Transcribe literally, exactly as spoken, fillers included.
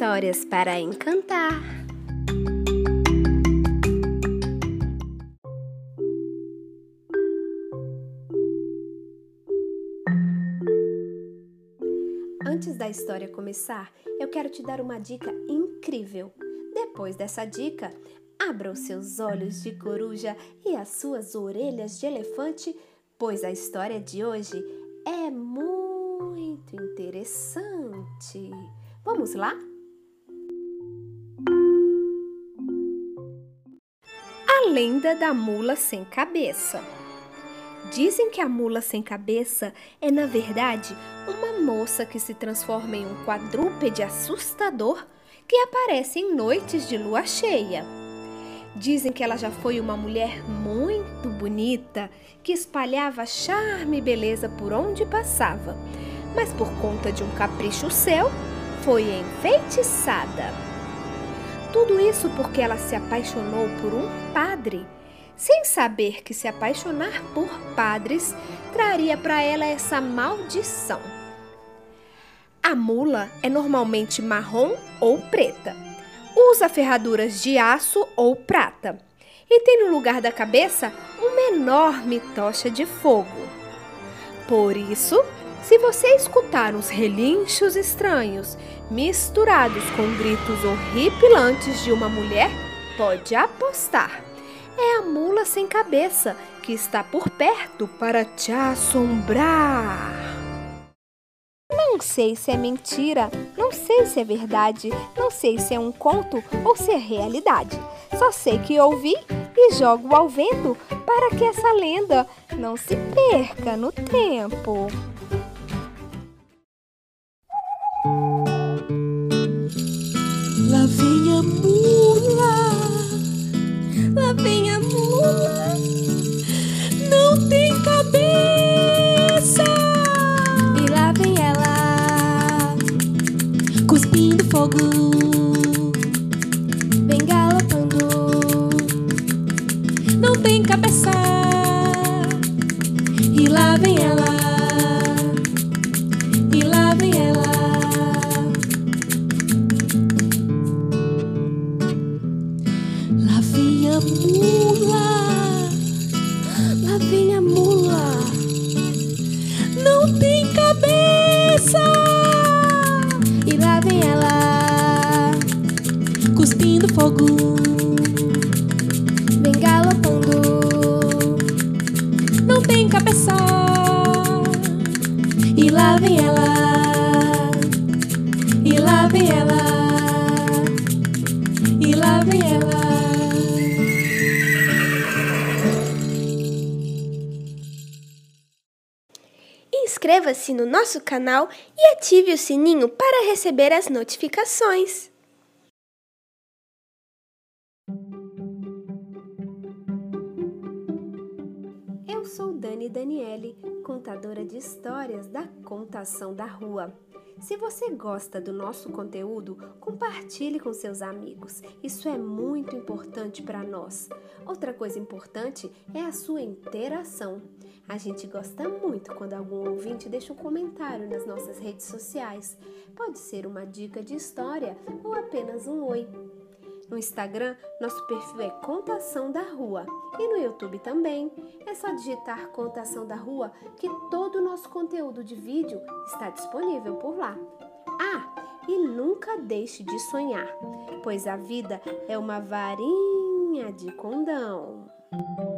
histórias para encantar. Antes da história começar, eu quero te dar uma dica incrível. Depois dessa dica, abra os seus olhos de coruja e as suas orelhas de elefante, pois a história de hoje é muito interessante. Vamos lá? A lenda da mula sem cabeça. Dizem que a mula sem cabeça é, na verdade, uma moça que se transforma em um quadrúpede assustador que aparece em noites de lua cheia. Dizem que ela já foi uma mulher muito bonita, que espalhava charme e beleza por onde passava, mas por conta de um capricho seu, foi enfeitiçada. Tudo isso porque ela se apaixonou por um padre, sem saber que se apaixonar por padres traria para ela essa maldição. A mula é normalmente marrom ou preta. Usa ferraduras de aço ou prata. E tem no lugar da cabeça uma enorme tocha de fogo. Por isso, se você escutar uns relinchos estranhos misturados com gritos horripilantes de uma mulher, pode apostar. É a mula sem cabeça que está por perto para te assombrar. Não sei se é mentira, não sei se é verdade, não sei se é um conto ou se é realidade. Só sei que ouvi e jogo ao vento para que essa lenda não se perca no tempo. Lá vem a mula, lá vem a mula, não tem cabeça. E lá vem ela, cuspindo fogo, vem galopando, não tem cabeça. E lá vem ela, e lá vem ela. Lá vem a mula, lá vem a mula, não tem cabeça. E lá vem ela, cuspindo fogo, vem galopando, não tem cabeça. E lá vem ela, e lá vem ela, e lá vem ela. Inscreva-se no nosso canal e ative o sininho para receber as notificações. Eu sou Dani Daniele, contadora de histórias da Contação da Rua. Se você gosta do nosso conteúdo, compartilhe com seus amigos. Isso é muito importante para nós. Outra coisa importante é a sua interação. A gente gosta muito quando algum ouvinte deixa um comentário nas nossas redes sociais. Pode ser uma dica de história ou apenas um oi. No Instagram, nosso perfil é Contação da Rua e no YouTube também. É só digitar Contação da Rua que todo o nosso conteúdo de vídeo está disponível por lá. Ah, e nunca deixe de sonhar, pois a vida é uma varinha de condão.